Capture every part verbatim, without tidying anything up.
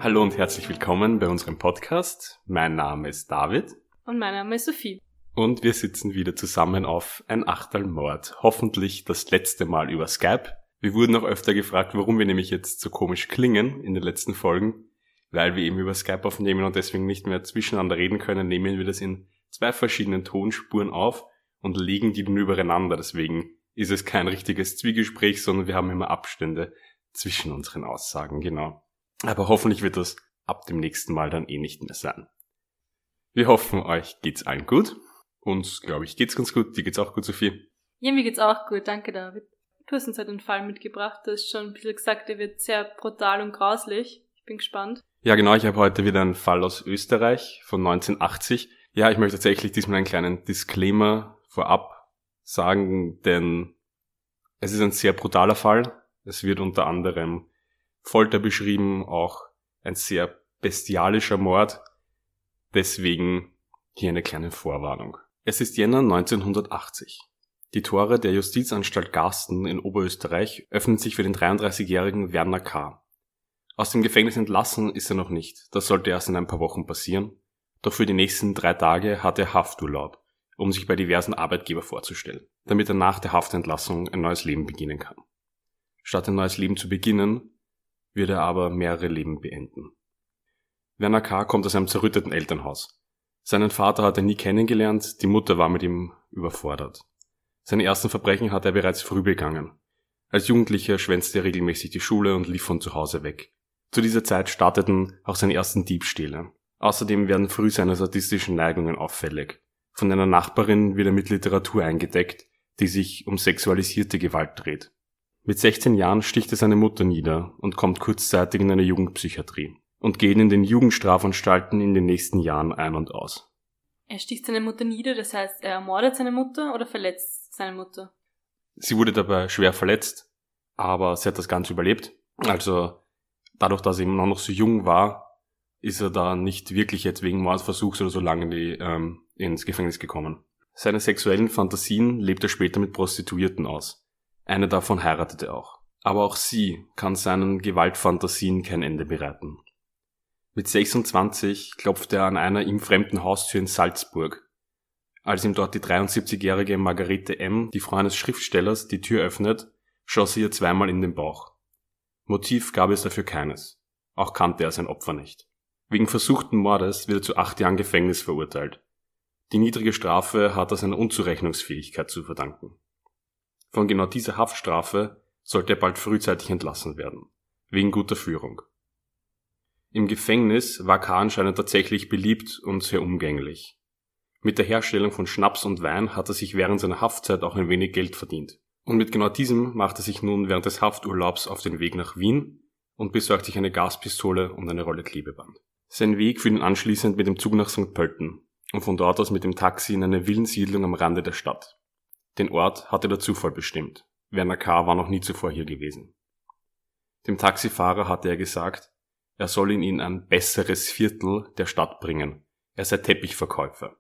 Hallo und herzlich willkommen bei unserem Podcast. Mein Name ist David. Und mein Name ist Sophie. Und wir sitzen wieder zusammen auf Ein Achtel Mord. Hoffentlich das letzte Mal über Skype. Wir wurden auch öfter gefragt, warum wir nämlich jetzt so komisch klingen in den letzten Folgen. Weil wir eben über Skype aufnehmen und deswegen nicht mehr zwischeneinander reden können, nehmen wir das in zwei verschiedenen Tonspuren auf und legen die dann übereinander. Deswegen ist es kein richtiges Zwiegespräch, sondern wir haben immer Abstände zwischen unseren Aussagen, genau. Aber hoffentlich wird das ab dem nächsten Mal dann eh nicht mehr sein. Wir hoffen, euch geht's allen gut. Uns, glaube ich, geht's ganz gut. Dir geht's auch gut, Sophie? Ja, mir geht's auch gut. Danke, David. Du hast uns heute einen Fall mitgebracht. Du hast schon ein bisschen gesagt, der wird sehr brutal und grauslich. Ich bin gespannt. Ja, genau. Ich habe heute wieder einen Fall aus Österreich von neunzehnhundertachtzig. Ja, ich möchte tatsächlich diesmal einen kleinen Disclaimer vorab sagen, denn es ist ein sehr brutaler Fall. Es wird unter anderem Folter beschrieben, auch ein sehr bestialischer Mord. Deswegen hier eine kleine Vorwarnung. Es ist Jänner neunzehnhundertachtzig. Die Tore der Justizanstalt Garsten in Oberösterreich öffnen sich für den dreiunddreißigjährigen Werner K. Aus dem Gefängnis entlassen ist er noch nicht. Das sollte erst in ein paar Wochen passieren. Doch für die nächsten drei Tage hat er Hafturlaub, um sich bei diversen Arbeitgebern vorzustellen, damit er nach der Haftentlassung ein neues Leben beginnen kann. Statt ein neues Leben zu beginnen, wird er aber mehrere Leben beenden. Werner K. kommt aus einem zerrütteten Elternhaus. Seinen Vater hat er nie kennengelernt, die Mutter war mit ihm überfordert. Seine ersten Verbrechen hat er bereits früh begangen. Als Jugendlicher schwänzte er regelmäßig die Schule und lief von zu Hause weg. Zu dieser Zeit starteten auch seine ersten Diebstähle. Außerdem werden früh seine sadistischen Neigungen auffällig. Von einer Nachbarin wird er mit Literatur eingedeckt, die sich um sexualisierte Gewalt dreht. Mit sechzehn Jahren sticht er seine Mutter nieder und kommt kurzzeitig in eine Jugendpsychiatrie und geht in den Jugendstrafanstalten in den nächsten Jahren ein und aus. Er sticht seine Mutter nieder, das heißt, er ermordet seine Mutter oder verletzt seine Mutter? Sie wurde dabei schwer verletzt, aber sie hat das Ganze überlebt. Also dadurch, dass er eben noch so jung war, ist er da nicht wirklich jetzt wegen Mordversuchs oder so lange in die, ähm, ins Gefängnis gekommen. Seine sexuellen Fantasien lebt er später mit Prostituierten aus. Eine davon heiratet er auch. Aber auch sie kann seinen Gewaltfantasien kein Ende bereiten. Mit sechsundzwanzig klopft er an einer ihm fremden Haustür in Salzburg. Als ihm dort die dreiundsiebzigjährige Margarete M., die Frau eines Schriftstellers, die Tür öffnet, schoss sie ihr zweimal in den Bauch. Motiv gab es dafür keines. Auch kannte er sein Opfer nicht. Wegen versuchten Mordes wird er zu acht Jahren Gefängnis verurteilt. Die niedrige Strafe hat er seiner Unzurechnungsfähigkeit zu verdanken. Von genau dieser Haftstrafe sollte er bald frühzeitig entlassen werden, wegen guter Führung. Im Gefängnis war K. anscheinend tatsächlich beliebt und sehr umgänglich. Mit der Herstellung von Schnaps und Wein hat er sich während seiner Haftzeit auch ein wenig Geld verdient. Und mit genau diesem macht er sich nun während des Hafturlaubs auf den Weg nach Wien und besorgt sich eine Gaspistole und eine Rolle Klebeband. Sein Weg führt ihn anschließend mit dem Zug nach Sankt Pölten und von dort aus mit dem Taxi in eine Villensiedlung am Rande der Stadt. Den Ort hatte der Zufall bestimmt. Werner K. war noch nie zuvor hier gewesen. Dem Taxifahrer hatte er gesagt, er soll ihn in ein besseres Viertel der Stadt bringen. Er sei Teppichverkäufer.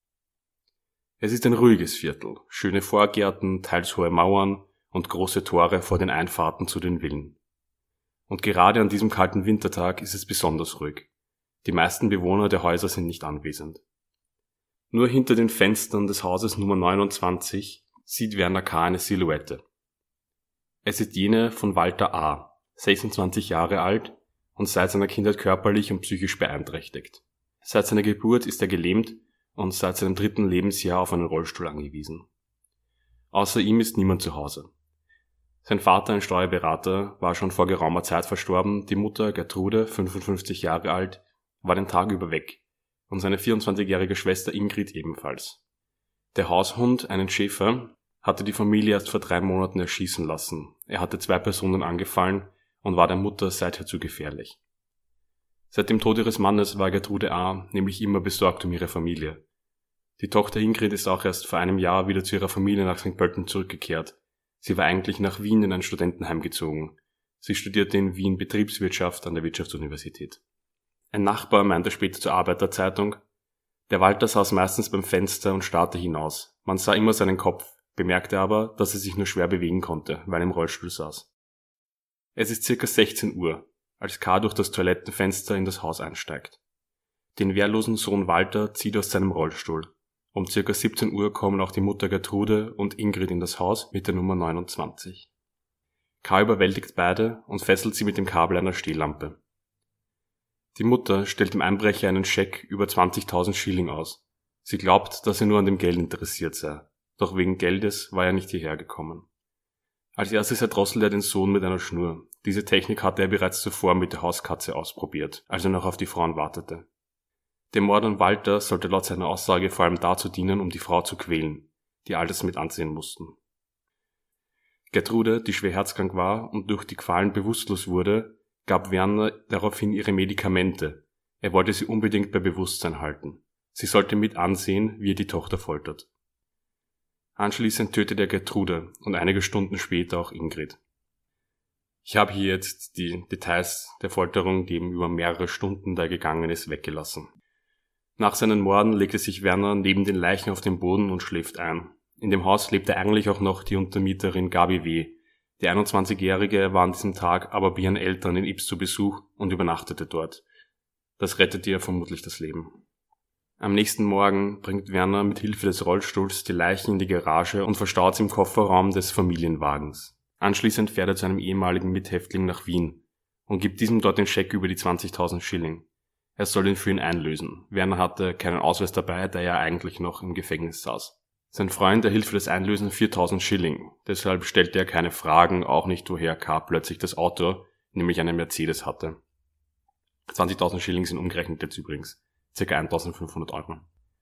Es ist ein ruhiges Viertel, schöne Vorgärten, teils hohe Mauern und große Tore vor den Einfahrten zu den Villen. Und gerade an diesem kalten Wintertag ist es besonders ruhig. Die meisten Bewohner der Häuser sind nicht anwesend. Nur hinter den Fenstern des Hauses Nummer neunundzwanzig sieht Werner K. eine Silhouette. Es ist jene von Walter A., sechsundzwanzig Jahre alt und seit seiner Kindheit körperlich und psychisch beeinträchtigt. Seit seiner Geburt ist er gelähmt und seit seinem dritten Lebensjahr auf einen Rollstuhl angewiesen. Außer ihm ist niemand zu Hause. Sein Vater, ein Steuerberater, war schon vor geraumer Zeit verstorben, die Mutter, Gertrude, fünfundfünfzig Jahre alt, war den Tag über weg und seine vierundzwanzigjährige Schwester Ingrid ebenfalls. Der Haushund, einen Schäfer, hatte die Familie erst vor drei Monaten erschießen lassen. Er hatte zwei Personen angefallen und war der Mutter seither zu gefährlich. Seit dem Tod ihres Mannes war Gertrude A. nämlich immer besorgt um ihre Familie. Die Tochter Ingrid ist auch erst vor einem Jahr wieder zu ihrer Familie nach Sankt Pölten zurückgekehrt. Sie war eigentlich nach Wien in ein Studentenheim gezogen. Sie studierte in Wien Betriebswirtschaft an der Wirtschaftsuniversität. Ein Nachbar meinte später zur Arbeiterzeitung, der Walter saß meistens beim Fenster und starrte hinaus. Man sah immer seinen Kopf, bemerkte aber, dass er sich nur schwer bewegen konnte, weil er im Rollstuhl saß. Es ist circa sechzehn Uhr. als K. durch das Toilettenfenster in das Haus einsteigt. Den wehrlosen Sohn Walter zieht aus seinem Rollstuhl. Um circa siebzehn Uhr kommen auch die Mutter Gertrude und Ingrid in das Haus mit der Nummer neunundzwanzig. K. überwältigt beide und fesselt sie mit dem Kabel einer Stehlampe. Die Mutter stellt dem Einbrecher einen Scheck über zwanzigtausend Schilling aus. Sie glaubt, dass er nur an dem Geld interessiert sei. Doch wegen Geldes war er nicht hierher gekommen. Als erstes erdrosselt er den Sohn mit einer Schnur. Diese Technik hatte er bereits zuvor mit der Hauskatze ausprobiert, als er noch auf die Frauen wartete. Der Mord an Walter sollte laut seiner Aussage vor allem dazu dienen, um die Frau zu quälen, die all das mit ansehen mussten. Gertrude, die schwer herzkrank war und durch die Qualen bewusstlos wurde, gab Werner daraufhin ihre Medikamente. Er wollte sie unbedingt bei Bewusstsein halten. Sie sollte mit ansehen, wie er die Tochter foltert. Anschließend tötet er Gertrude und einige Stunden später auch Ingrid. Ich habe hier jetzt die Details der Folterung, die eben über mehrere Stunden da gegangen ist, weggelassen. Nach seinen Morden legte sich Werner neben den Leichen auf den Boden und schläft ein. In dem Haus lebte eigentlich auch noch die Untermieterin Gabi W. Die einundzwanzigjährige war an diesem Tag aber bei ihren Eltern in Ybbs zu Besuch und übernachtete dort. Das rettete ihr vermutlich das Leben. Am nächsten Morgen bringt Werner mit Hilfe des Rollstuhls die Leichen in die Garage und verstaut sie im Kofferraum des Familienwagens. Anschließend fährt er zu einem ehemaligen Mithäftling nach Wien und gibt diesem dort den Scheck über die zwanzigtausend Schilling. Er soll ihn für ihn einlösen. Werner hatte keinen Ausweis dabei, da er eigentlich noch im Gefängnis saß. Sein Freund erhielt für das Einlösen viertausend Schilling. Deshalb stellte er keine Fragen, auch nicht, woher K. plötzlich das Auto, nämlich einen Mercedes, hatte. zwanzigtausend Schilling sind umgerechnet jetzt übrigens ca. eintausendfünfhundert Euro.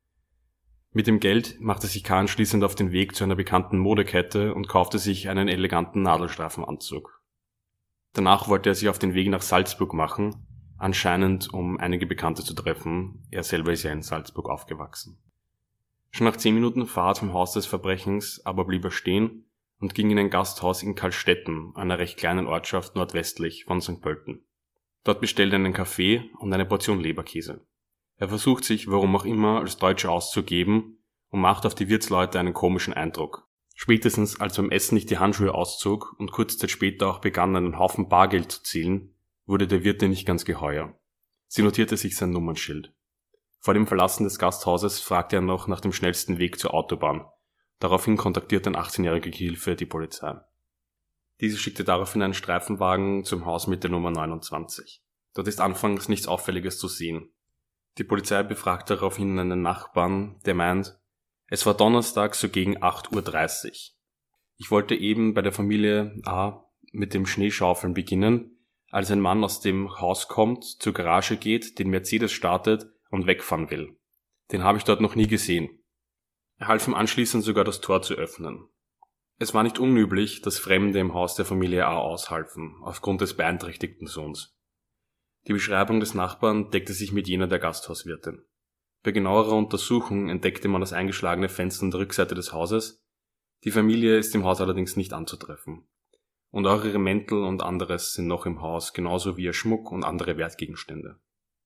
Mit dem Geld machte sich K. anschließend auf den Weg zu einer bekannten Modekette und kaufte sich einen eleganten Nadelstreifenanzug. Danach wollte er sich auf den Weg nach Salzburg machen, anscheinend um einige Bekannte zu treffen. Er selber ist ja in Salzburg aufgewachsen. Schon nach zehn Minuten Fahrt vom Haus des Verbrechens aber blieb er stehen und ging in ein Gasthaus in Karlstetten, einer recht kleinen Ortschaft nordwestlich von Sankt Pölten. Dort bestellte er einen Kaffee und eine Portion Leberkäse. Er versucht sich, warum auch immer, als Deutscher auszugeben und macht auf die Wirtsleute einen komischen Eindruck. Spätestens als beim Essen nicht die Handschuhe auszog und kurze Zeit später auch begann, einen Haufen Bargeld zu zählen, wurde der Wirtin nicht ganz geheuer. Sie notierte sich sein Nummernschild. Vor dem Verlassen des Gasthauses fragte er noch nach dem schnellsten Weg zur Autobahn. Daraufhin kontaktierte ein achtzehnjähriger Gehilfe die Polizei. Diese schickte daraufhin einen Streifenwagen zum Haus mit der Nummer neunundzwanzig. Dort ist anfangs nichts Auffälliges zu sehen. Die Polizei befragt daraufhin einen Nachbarn, der meint, es war Donnerstag so gegen acht Uhr dreißig. Ich wollte eben bei der Familie A mit dem Schneeschaufeln beginnen, als ein Mann aus dem Haus kommt, zur Garage geht, den Mercedes startet und wegfahren will. Den habe ich dort noch nie gesehen. Er half ihm anschließend sogar das Tor zu öffnen. Es war nicht unüblich, dass Fremde im Haus der Familie A aushalfen, aufgrund des beeinträchtigten Sohns. Die Beschreibung des Nachbarn deckte sich mit jener der Gasthauswirtin. Bei genauerer Untersuchung entdeckte man das eingeschlagene Fenster an der Rückseite des Hauses. Die Familie ist im Haus allerdings nicht anzutreffen. Und auch ihre Mäntel und anderes sind noch im Haus, genauso wie ihr Schmuck und andere Wertgegenstände.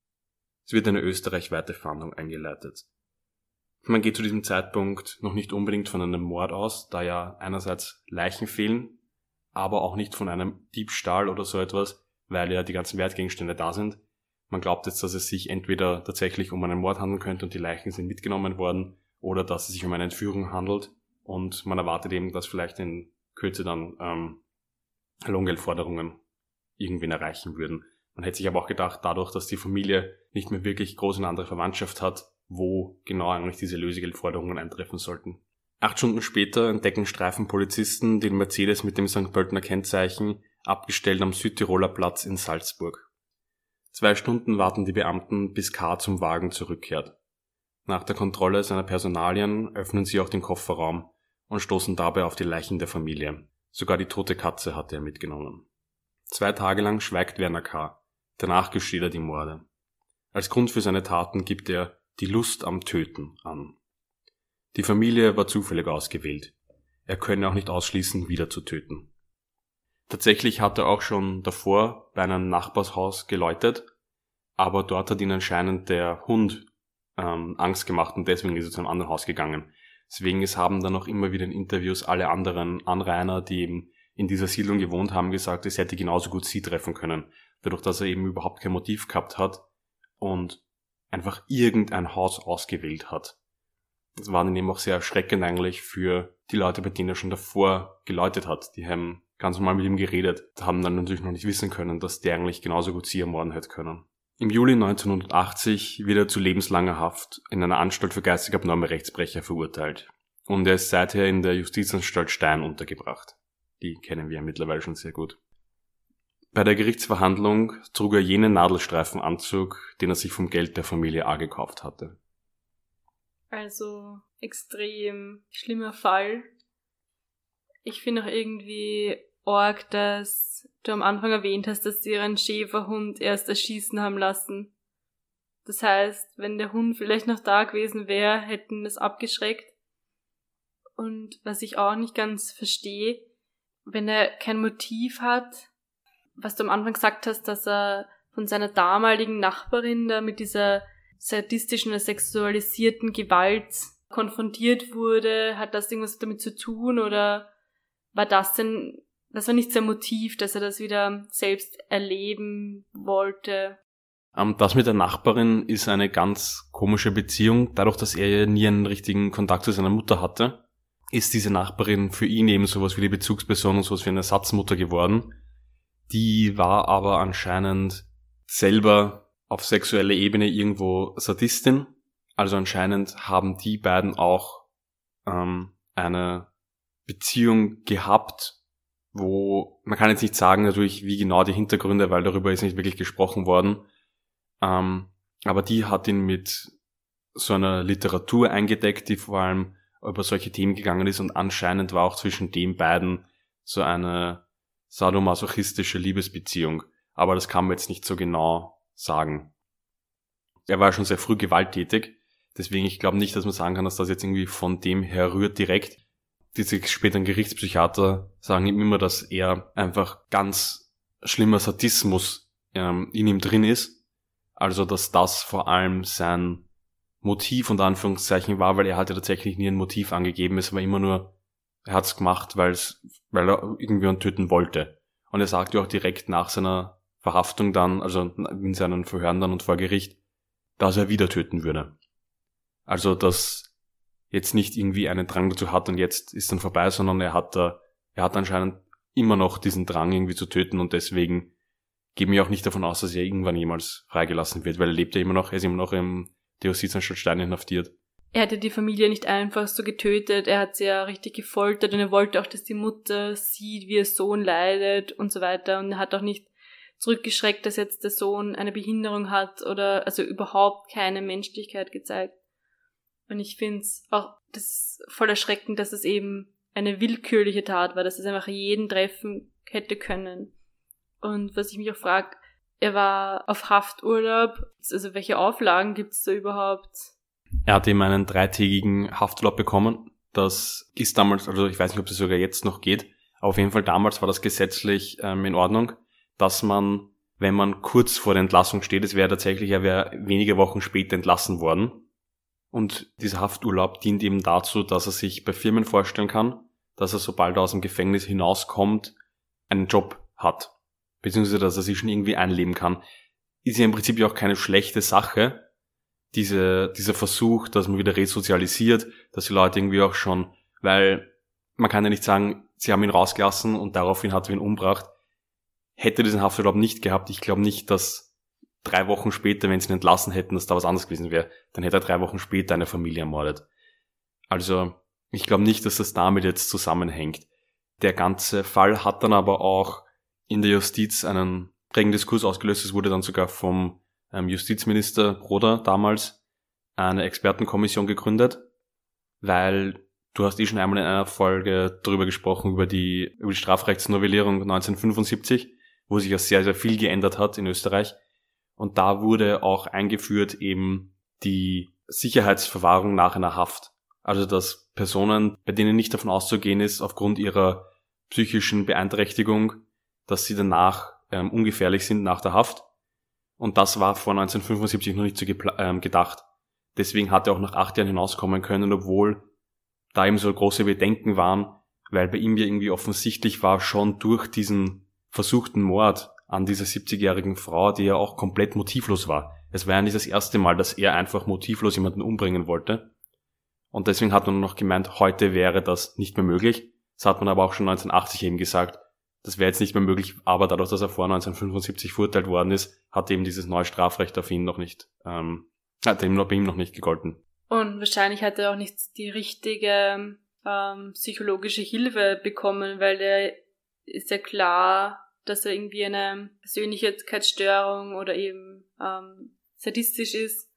Es wird eine österreichweite Fahndung eingeleitet. Man geht zu diesem Zeitpunkt noch nicht unbedingt von einem Mord aus, da ja einerseits Leichen fehlen, aber auch nicht von einem Diebstahl oder so etwas, weil ja die ganzen Wertgegenstände da sind. Man glaubt jetzt, dass es sich entweder tatsächlich um einen Mord handeln könnte und die Leichen sind mitgenommen worden, oder dass es sich um eine Entführung handelt und man erwartet eben, dass vielleicht in Kürze dann ähm, Lohngeldforderungen irgendwen erreichen würden. Man hätte sich aber auch gedacht, dadurch, dass die Familie nicht mehr wirklich groß eine andere Verwandtschaft hat, wo genau eigentlich diese Lösegeldforderungen eintreffen sollten. Acht Stunden später entdecken Streifenpolizisten den Mercedes mit dem Sankt Pöltener Kennzeichen, abgestellt am Südtiroler Platz in Salzburg. Zwei Stunden warten die Beamten, bis K. zum Wagen zurückkehrt. Nach der Kontrolle seiner Personalien öffnen sie auch den Kofferraum und stoßen dabei auf die Leichen der Familie. Sogar die tote Katze hatte er mitgenommen. Zwei Tage lang schweigt Werner K. Danach gesteht er die Morde. Als Grund für seine Taten gibt er die Lust am Töten an. Die Familie war zufällig ausgewählt. Er könne auch nicht ausschließen, wieder zu töten. Tatsächlich hat er auch schon davor bei einem Nachbarshaus geläutet, aber dort hat ihn anscheinend der Hund ähm, Angst gemacht und deswegen ist er zu einem anderen Haus gegangen. Deswegen es haben dann auch immer wieder in Interviews alle anderen Anrainer, die eben in dieser Siedlung gewohnt haben, gesagt, es hätte genauso gut sie treffen können. dadurch, dass er eben überhaupt kein Motiv gehabt hat und einfach irgendein Haus ausgewählt hat. Das war dann eben auch sehr erschreckend eigentlich für die Leute, bei denen er schon davor geläutet hat. Die haben ganz normal mit ihm geredet, haben dann natürlich noch nicht wissen können, dass der eigentlich genauso gut sie ermorden hätte können. Im Juli neunzehnhundertachtzig wird er zu lebenslanger Haft in einer Anstalt für geistig abnorme Rechtsbrecher verurteilt. Und er ist seither in der Justizanstalt Stein untergebracht. Die kennen wir ja mittlerweile schon sehr gut. Bei der Gerichtsverhandlung trug er jenen Nadelstreifenanzug, den er sich vom Geld der Familie A gekauft hatte. Also extrem schlimmer Fall. Ich finde auch irgendwie arg, dass du am Anfang erwähnt hast, dass sie ihren Schäferhund erst erschießen haben lassen. Das heißt, wenn der Hund vielleicht noch da gewesen wäre, hätten das abgeschreckt. Und was ich auch nicht ganz verstehe, wenn er kein Motiv hat, was du am Anfang gesagt hast, dass er von seiner damaligen Nachbarin da mit dieser sadistischen oder sexualisierten Gewalt konfrontiert wurde, hat das irgendwas damit zu tun oder war das denn, das war nicht sein Motiv, dass er das wieder selbst erleben wollte? Um, das mit der Nachbarin ist eine ganz komische Beziehung. Dadurch, dass er ja nie einen richtigen Kontakt zu seiner Mutter hatte, ist diese Nachbarin für ihn eben sowas wie die Bezugsperson und sowas wie eine Ersatzmutter geworden. Die war aber anscheinend selber auf sexueller Ebene irgendwo Sadistin. Also anscheinend haben die beiden auch ähm, eine Beziehung gehabt, wo, man kann jetzt nicht sagen natürlich, wie genau die Hintergründe, weil darüber ist nicht wirklich gesprochen worden, ähm, aber die hat ihn mit so einer Literatur eingedeckt, die vor allem über solche Themen gegangen ist und anscheinend war auch zwischen den beiden so eine sadomasochistische Liebesbeziehung, aber das kann man jetzt nicht so genau sagen. Er war schon sehr früh gewalttätig, deswegen ich glaube nicht, dass man sagen kann, dass das jetzt irgendwie von dem herrührt direkt. Diese späteren Gerichtspsychiater sagen ihm immer, dass er einfach ganz schlimmer Sadismus ähm, in ihm drin ist. Also, dass das vor allem sein Motiv unter Anführungszeichen war, weil er hatte tatsächlich nie ein Motiv angegeben. Es war immer nur, er hat's gemacht, weil's, weil er irgendjemanden töten wollte. Und er sagte auch direkt nach seiner Verhaftung dann, also in seinen Verhören dann und vor Gericht, dass er wieder töten würde. Also, dass jetzt nicht irgendwie einen Drang dazu hat und jetzt ist dann vorbei, sondern er hat da, er hat anscheinend immer noch diesen Drang irgendwie zu töten und deswegen gehen wir auch nicht davon aus, dass er irgendwann jemals freigelassen wird, weil er lebt ja immer noch, er ist immer noch im der Justizanstalt Stein inhaftiert. Er hatte die Familie nicht einfach so getötet, er hat sie ja richtig gefoltert und er wollte auch, dass die Mutter sieht, wie ihr Sohn leidet und so weiter und er hat auch nicht zurückgeschreckt, dass jetzt der Sohn eine Behinderung hat oder also überhaupt keine Menschlichkeit gezeigt. Und ich finde es auch, das ist voll erschreckend, dass es eben eine willkürliche Tat war, dass es einfach jeden treffen hätte können. Und was ich mich auch frage, er war auf Hafturlaub, also welche Auflagen gibt es da überhaupt? Er hat eben einen dreitägigen Hafturlaub bekommen. Das ist damals, also ich weiß nicht, ob das sogar jetzt noch geht, aber auf jeden Fall damals war das gesetzlich ähm, in Ordnung, dass man, wenn man kurz vor der Entlassung steht, es wäre tatsächlich, er wäre wenige Wochen später entlassen worden. Und dieser Hafturlaub dient eben dazu, dass er sich bei Firmen vorstellen kann, dass er, sobald er aus dem Gefängnis hinauskommt, einen Job hat. Beziehungsweise, dass er sich schon irgendwie einleben kann. Ist ja im Prinzip ja auch keine schlechte Sache, diese, dieser Versuch, dass man wieder resozialisiert, dass die Leute irgendwie auch schon, weil man kann ja nicht sagen, sie haben ihn rausgelassen und daraufhin hat er ihn umgebracht. Hätte diesen Hafturlaub nicht gehabt, ich glaube nicht, dass drei Wochen später, wenn sie ihn entlassen hätten, dass da was anderes gewesen wäre, dann hätte er drei Wochen später eine Familie ermordet. Also, ich glaube nicht, dass das damit jetzt zusammenhängt. Der ganze Fall hat dann aber auch in der Justiz einen regen Diskurs ausgelöst. Es wurde dann sogar vom ähm, Justizminister Broder damals eine Expertenkommission gegründet, weil du hast eh schon einmal in einer Folge darüber gesprochen, über die, über die Strafrechtsnovellierung neunzehnhundertfünfundsiebzig, wo sich ja sehr, sehr viel geändert hat in Österreich. Und da wurde auch eingeführt eben die Sicherheitsverwahrung nach einer Haft. Also dass Personen, bei denen nicht davon auszugehen ist, aufgrund ihrer psychischen Beeinträchtigung, dass sie danach ähm, ungefährlich sind nach der Haft. Und das war vor neunzehnhundertfünfundsiebzig noch nicht so gepla- ähm, gedacht. Deswegen hat er auch nach acht Jahren hinauskommen können, obwohl da eben so große Bedenken waren, weil bei ihm ja irgendwie offensichtlich war, schon durch diesen versuchten Mord an dieser siebzigjährigen Frau, die ja auch komplett motivlos war. Es war ja nicht das erste Mal, dass er einfach motivlos jemanden umbringen wollte. Und deswegen hat man noch gemeint, heute wäre das nicht mehr möglich. Das hat man aber auch schon neunzehnhundertachtzig eben gesagt. Das wäre jetzt nicht mehr möglich, aber dadurch, dass er vor neunzehnhundertfünfundsiebzig verurteilt worden ist, hat eben dieses neue Strafrecht auf ihn noch nicht, ähm, hat ihm noch, bei ihm noch nicht gegolten. Und wahrscheinlich hat er auch nicht die richtige ähm, psychologische Hilfe bekommen, weil der ist ja klar, dass er irgendwie eine Persönlichkeitsstörung oder eben ähm, sadistisch ist.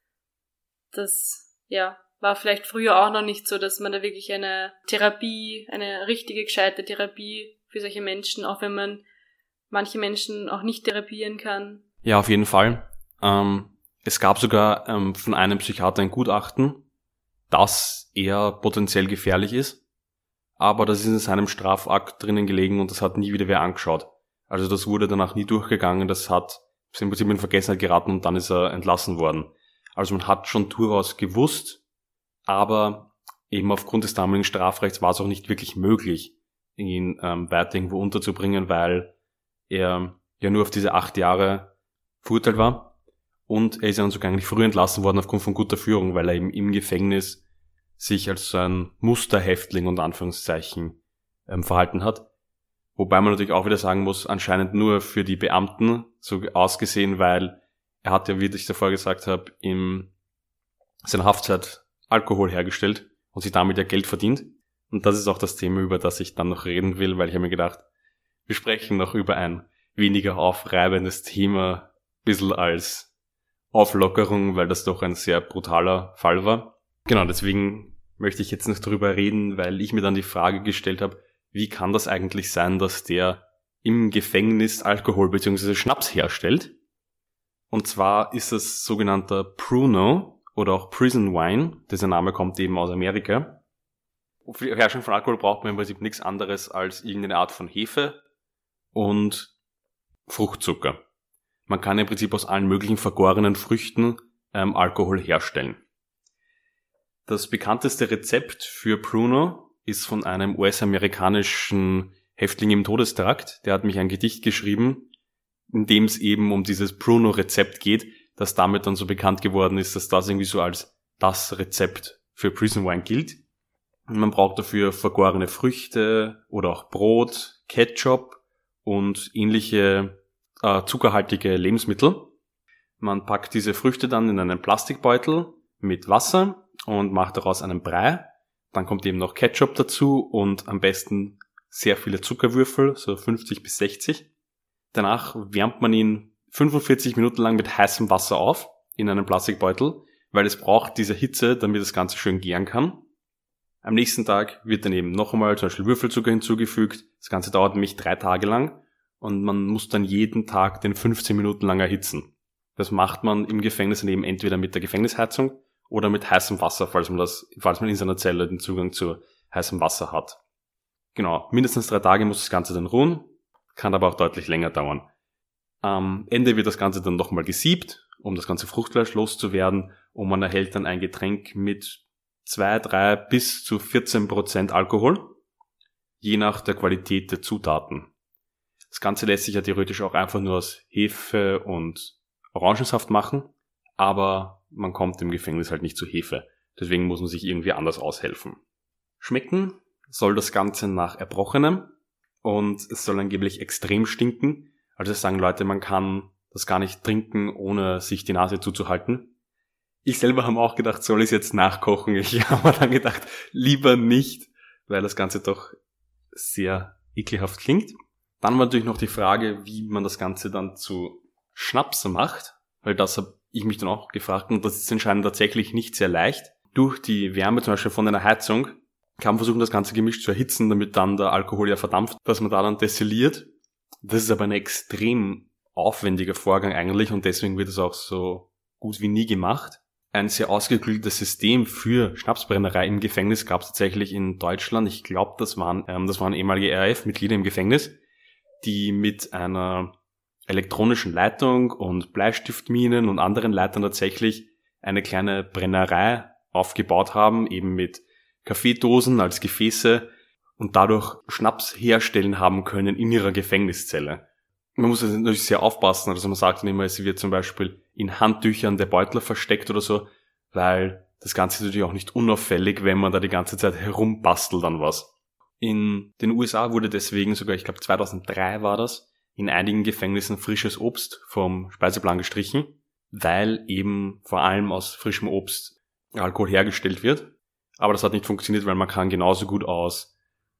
Das, ja, war vielleicht früher auch noch nicht so, dass man da wirklich eine Therapie, eine richtige, gescheite Therapie für solche Menschen, auch wenn man manche Menschen auch nicht therapieren kann. Ja, auf jeden Fall. Ähm, es gab sogar ähm, von einem Psychiater ein Gutachten, dass er potenziell gefährlich ist, aber das ist in seinem Strafakt drinnen gelegen und das hat nie wieder wer angeschaut. Also das wurde danach nie durchgegangen, das hat im Prinzip in Vergessenheit geraten und dann ist er entlassen worden. Also man hat schon durchaus gewusst, aber eben aufgrund des damaligen Strafrechts war es auch nicht wirklich möglich, ihn ähm, weiter irgendwo unterzubringen, weil er ja nur auf diese acht Jahre verurteilt war und er ist ja dann sogar eigentlich früh entlassen worden aufgrund von guter Führung, weil er eben im Gefängnis sich als so ein Musterhäftling unter Anführungszeichen ähm, verhalten hat. Wobei man natürlich auch wieder sagen muss, anscheinend nur für die Beamten so ausgesehen, weil er hat ja, wie ich davor gesagt habe, in seiner Haftzeit Alkohol hergestellt und sich damit ja Geld verdient. Und das ist auch das Thema, über das ich dann noch reden will, weil ich habe mir gedacht, wir sprechen noch über ein weniger aufreibendes Thema, ein bisschen als Auflockerung, weil das doch ein sehr brutaler Fall war. Genau, deswegen möchte ich jetzt noch darüber reden, weil ich mir dann die Frage gestellt habe, wie kann das eigentlich sein, dass der im Gefängnis Alkohol bzw. Schnaps herstellt? Und zwar ist es sogenannter Pruno oder auch Prison Wine. Dieser Name kommt eben aus Amerika. Für die Herstellung von Alkohol braucht man im Prinzip nichts anderes als irgendeine Art von Hefe und Fruchtzucker. Man kann im Prinzip aus allen möglichen vergorenen Früchten ähm, Alkohol herstellen. Das bekannteste Rezept für Pruno ist von einem U S-amerikanischen Häftling im Todestrakt. Der hat mich ein Gedicht geschrieben, in dem es eben um dieses Pruno-Rezept geht, das damit dann so bekannt geworden ist, dass das irgendwie so als das Rezept für Prison Wine gilt. Man braucht dafür vergorene Früchte oder auch Brot, Ketchup und ähnliche äh, zuckerhaltige Lebensmittel. Man packt diese Früchte dann in einen Plastikbeutel mit Wasser und macht daraus einen Brei. Dann kommt eben noch Ketchup dazu und am besten sehr viele Zuckerwürfel, so fünfzig bis sechzig. Danach wärmt man ihn fünfundvierzig Minuten lang mit heißem Wasser auf in einem Plastikbeutel, weil es braucht diese Hitze, damit das Ganze schön gären kann. Am nächsten Tag wird dann eben noch einmal zum Beispiel Würfelzucker hinzugefügt. Das Ganze dauert nämlich drei Tage lang und man muss dann jeden Tag den fünfzehn Minuten lang erhitzen. Das macht man im Gefängnis dann eben entweder mit der Gefängnisheizung oder mit heißem Wasser, falls man das, falls man in seiner Zelle den Zugang zu heißem Wasser hat. Genau, mindestens drei Tage muss das Ganze dann ruhen, kann aber auch deutlich länger dauern. Am Ende wird das Ganze dann nochmal gesiebt, um das ganze Fruchtfleisch loszuwerden, und man erhält dann ein Getränk mit zwei, drei bis zu vierzehn Prozent Alkohol, je nach der Qualität der Zutaten. Das Ganze lässt sich ja theoretisch auch einfach nur aus Hefe und Orangensaft machen, aber man kommt im Gefängnis halt nicht zu Hefe. Deswegen muss man sich irgendwie anders aushelfen. Schmecken soll das Ganze nach Erbrochenem und es soll angeblich extrem stinken. Also sagen Leute, man kann das gar nicht trinken, ohne sich die Nase zuzuhalten. Ich selber habe auch gedacht, soll ich es jetzt nachkochen? Ich habe dann gedacht, lieber nicht, weil das Ganze doch sehr ekelhaft klingt. Dann war natürlich noch die Frage, wie man das Ganze dann zu Schnaps macht, weil das habe ich mich dann auch gefragt und das ist anscheinend tatsächlich nicht sehr leicht. Durch die Wärme zum Beispiel von einer Heizung kann man versuchen, das ganze Gemisch zu erhitzen, damit dann der Alkohol ja verdampft, was man da dann destilliert. Das ist aber ein extrem aufwendiger Vorgang eigentlich und deswegen wird es auch so gut wie nie gemacht. Ein sehr ausgeklügeltes System für Schnapsbrennerei im Gefängnis gab es tatsächlich in Deutschland. Ich glaube, das waren ähm, das waren ehemalige R A F-Mitglieder im Gefängnis, die mit einer elektronischen Leitung und Bleistiftminen und anderen Leitern tatsächlich eine kleine Brennerei aufgebaut haben, eben mit Kaffeedosen als Gefäße und dadurch Schnaps herstellen haben können in ihrer Gefängniszelle. man muss natürlich sehr aufpassen. Also man sagt dann immer, es wird zum Beispiel in Handtüchern der Beutler versteckt oder so, weil das Ganze ist natürlich auch nicht unauffällig, wenn man da die ganze Zeit herumbastelt an was. In den U S A wurde deswegen sogar, ich glaube zweitausenddrei war das, in einigen Gefängnissen frisches Obst vom Speiseplan gestrichen, weil eben vor allem aus frischem Obst Alkohol hergestellt wird. Aber das hat nicht funktioniert, weil man kann genauso gut aus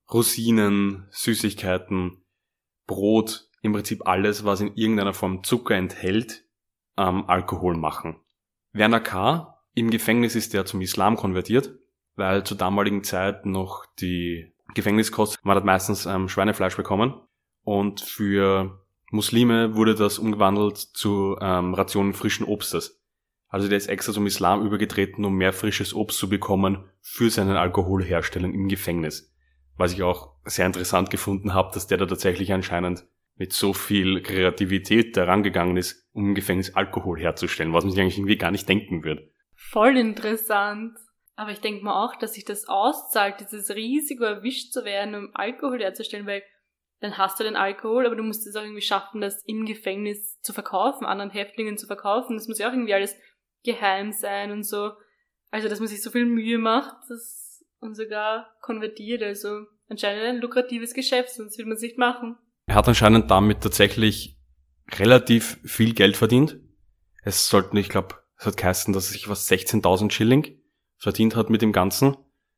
Rosinen, Süßigkeiten, Brot, im Prinzip alles, was in irgendeiner Form Zucker enthält, ähm, Alkohol machen. Werner K. im Gefängnis ist der zum Islam konvertiert, weil zur damaligen Zeit noch die Gefängniskost, man hat meistens ähm, Schweinefleisch bekommen und für Muslime wurde das umgewandelt zu ähm, Rationen frischen Obstes. Also der ist extra zum Islam übergetreten, um mehr frisches Obst zu bekommen für seinen Alkoholherstellung im Gefängnis. Was ich auch sehr interessant gefunden habe, dass der da tatsächlich anscheinend mit so viel Kreativität daran gegangen ist, um im Gefängnis Alkohol herzustellen, was man sich eigentlich irgendwie gar nicht denken wird. Voll interessant. Aber ich denke mal auch, dass sich das auszahlt, dieses Risiko erwischt zu werden, um Alkohol herzustellen, weil dann hast du den Alkohol, aber du musst es auch irgendwie schaffen, das im Gefängnis zu verkaufen, anderen Häftlingen zu verkaufen. Das muss ja auch irgendwie alles geheim sein und so. Also, dass man sich so viel Mühe macht das und sogar konvertiert. Also anscheinend ein lukratives Geschäft, sonst will man es nicht machen. Er hat anscheinend damit tatsächlich relativ viel Geld verdient. Es sollten, ich glaube, es hat geheißen, dass er sich was sechzehntausend Schilling verdient hat mit dem Ganzen.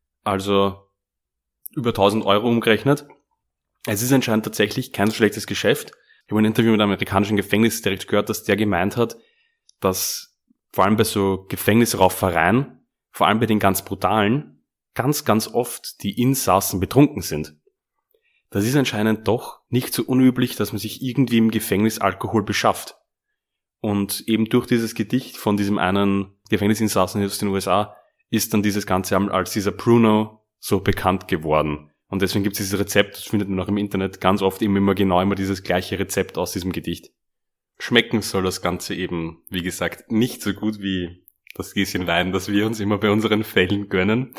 Also über tausend Euro umgerechnet. Es ist anscheinend tatsächlich kein schlechtes Geschäft. Ich habe ein Interview mit einem amerikanischen Gefängnisdirektor gehört, dass der gemeint hat, dass vor allem bei so Gefängnisraufereien, vor allem bei den ganz brutalen, ganz, ganz oft die Insassen betrunken sind. Das ist anscheinend doch nicht so unüblich, dass man sich irgendwie im Gefängnis Alkohol beschafft. Und eben durch dieses Gedicht von diesem einen Gefängnisinsassen aus den U S A ist dann dieses Ganze als dieser Bruno so bekannt geworden. Und deswegen gibt es dieses Rezept, das findet man auch im Internet, ganz oft eben immer genau immer dieses gleiche Rezept aus diesem Gedicht. Schmecken soll das Ganze eben, wie gesagt, nicht so gut wie das Gläschen Wein, das wir uns immer bei unseren Fällen gönnen.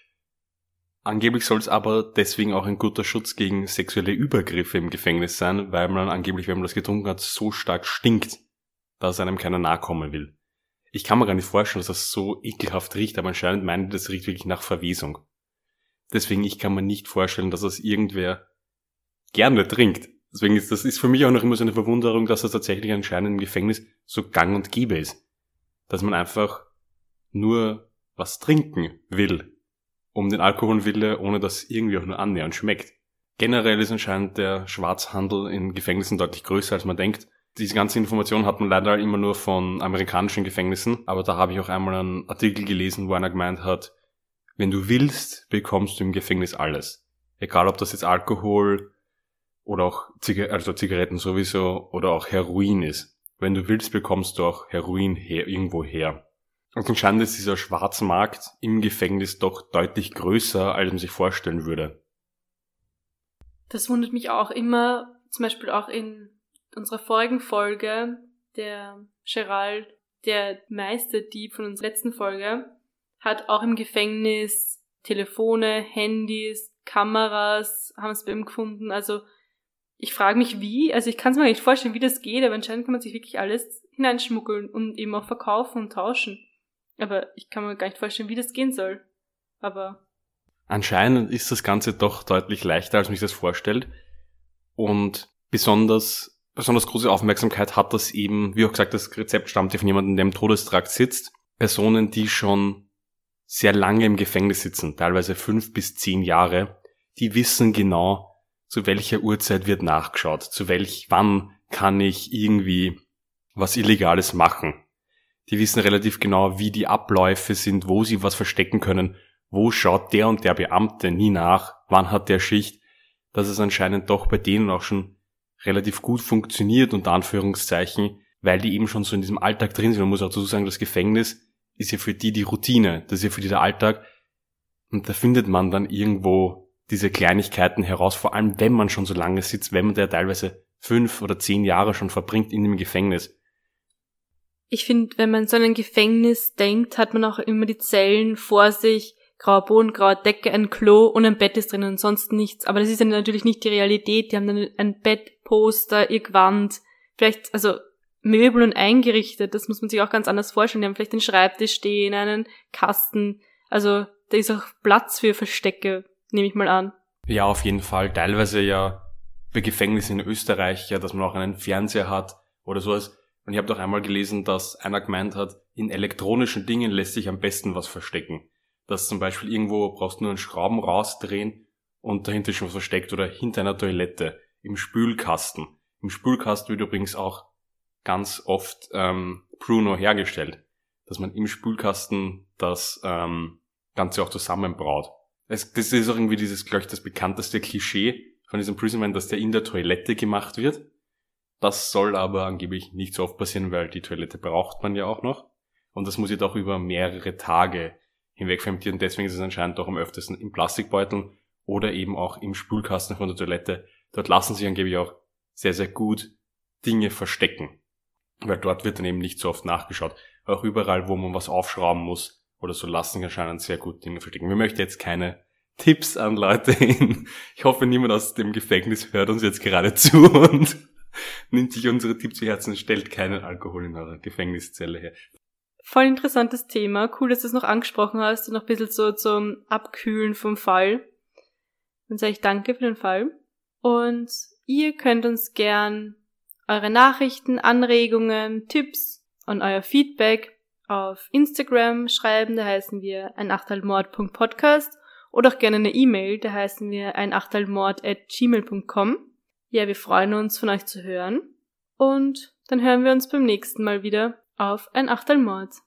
Angeblich soll es aber deswegen auch ein guter Schutz gegen sexuelle Übergriffe im Gefängnis sein, weil man angeblich, wenn man das getrunken hat, so stark stinkt, dass einem keiner nahe kommen will. Ich kann mir gar nicht vorstellen, dass das so ekelhaft riecht, aber anscheinend meinen die, das riecht wirklich nach Verwesung. Deswegen, ich kann mir nicht vorstellen, dass das irgendwer gerne trinkt. Deswegen ist das ist für mich auch noch immer so eine Verwunderung, dass das tatsächlich anscheinend im Gefängnis so gang und gäbe ist. Dass man einfach nur was trinken will, um den Alkohol wille, ohne dass irgendwie auch nur annähernd schmeckt. Generell ist anscheinend der Schwarzhandel in Gefängnissen deutlich größer, als man denkt. Diese ganze Information hat man leider immer nur von amerikanischen Gefängnissen, aber da habe ich auch einmal einen Artikel gelesen, wo einer gemeint hat, wenn du willst, bekommst du im Gefängnis alles. Egal, ob das jetzt Alkohol oder auch Ziga- also Zigaretten sowieso oder auch Heroin ist. Wenn du willst, bekommst du auch Heroin her, irgendwo her. Und anscheinend ist dieser Schwarzmarkt im Gefängnis doch deutlich größer, als man sich vorstellen würde. Das wundert mich auch immer, zum Beispiel auch in unserer vorigen Folge, der Gerald, der Meisterdieb von unserer letzten Folge, hat auch im Gefängnis Telefone, Handys, Kameras, haben es bei ihm gefunden. Also ich frage mich wie, also ich kann es mir nicht vorstellen, wie das geht, aber anscheinend kann man sich wirklich alles hineinschmuggeln und eben auch verkaufen und tauschen. Aber ich kann mir gar nicht vorstellen, wie das gehen soll. Aber anscheinend ist das Ganze doch deutlich leichter, als man sich das vorstellt. Und besonders, besonders große Aufmerksamkeit hat das eben, wie auch gesagt, das Rezept stammt ja von jemandem, der im Todestrakt sitzt. Personen, die schon sehr lange im Gefängnis sitzen, teilweise fünf bis zehn Jahre, die wissen genau, zu welcher Uhrzeit wird nachgeschaut, zu welch, wann kann ich irgendwie was Illegales machen. Die wissen relativ genau, wie die Abläufe sind, wo sie was verstecken können, wo schaut der und der Beamte nie nach, wann hat der Schicht, dass es anscheinend doch bei denen auch schon relativ gut funktioniert, unter Anführungszeichen, weil die eben schon so in diesem Alltag drin sind. Man muss auch dazu sagen, das Gefängnis ist ja für die die Routine, das ist ja für die der Alltag. Und da findet man dann irgendwo diese Kleinigkeiten heraus, vor allem wenn man schon so lange sitzt, wenn man da teilweise fünf oder zehn Jahre schon verbringt in dem Gefängnis. Ich finde, wenn man so an ein Gefängnis denkt, hat man auch immer die Zellen vor sich, grauer Boden, graue Decke, ein Klo und ein Bett ist drin und sonst nichts. Aber das ist dann natürlich nicht die Realität. Die haben dann ein Bett, Poster, ihr Gewand, vielleicht, also Möbel und eingerichtet. Das muss man sich auch ganz anders vorstellen. Die haben vielleicht einen Schreibtisch stehen, einen Kasten. Also da ist auch Platz für Verstecke, nehme ich mal an. Ja, auf jeden Fall. Teilweise ja bei Gefängnissen in Österreich, ja, dass man auch einen Fernseher hat oder sowas. Und ich habe doch einmal gelesen, dass einer gemeint hat, in elektronischen Dingen lässt sich am besten was verstecken. Dass zum Beispiel irgendwo brauchst du nur einen Schrauben rausdrehen und dahinter ist schon was versteckt oder hinter einer Toilette, im Spülkasten. Im Spülkasten wird übrigens auch ganz oft ähm, Bruno hergestellt, dass man im Spülkasten das ähm, Ganze auch zusammenbraut. Es, das ist auch irgendwie dieses, glaube ich, das bekannteste Klischee von diesem Prison Man, dass der in der Toilette gemacht wird. Das soll aber angeblich nicht so oft passieren, weil die Toilette braucht man ja auch noch. Und das muss jetzt auch über mehrere Tage hinweg fermentieren. Deswegen ist es anscheinend auch am öftesten in Plastikbeuteln oder eben auch im Spülkasten von der Toilette. Dort lassen sich angeblich auch sehr, sehr gut Dinge verstecken. Weil dort wird dann eben nicht so oft nachgeschaut. Auch überall, wo man was aufschrauben muss oder so, lassen sich anscheinend sehr gut Dinge verstecken. Wir möchten jetzt keine Tipps an Leute hin. Ich hoffe, niemand aus dem Gefängnis hört uns jetzt gerade zu und nimmt sich unsere Tipps zu Herzen und stellt keinen Alkohol in eurer Gefängniszelle her. Voll interessantes Thema. Cool, dass du es noch angesprochen hast und noch ein bisschen so zum Abkühlen vom Fall. Dann sage ich danke für den Fall. Und ihr könnt uns gern eure Nachrichten, Anregungen, Tipps und euer Feedback auf Instagram schreiben. Da heißen wir ein achtelmord punkt podcast oder auch gerne eine E-Mail. Da heißen wir ein achtelmord at gmail punkt com. Ja, wir freuen uns, von euch zu hören. Und dann hören wir uns beim nächsten Mal wieder auf ein Achtelmord.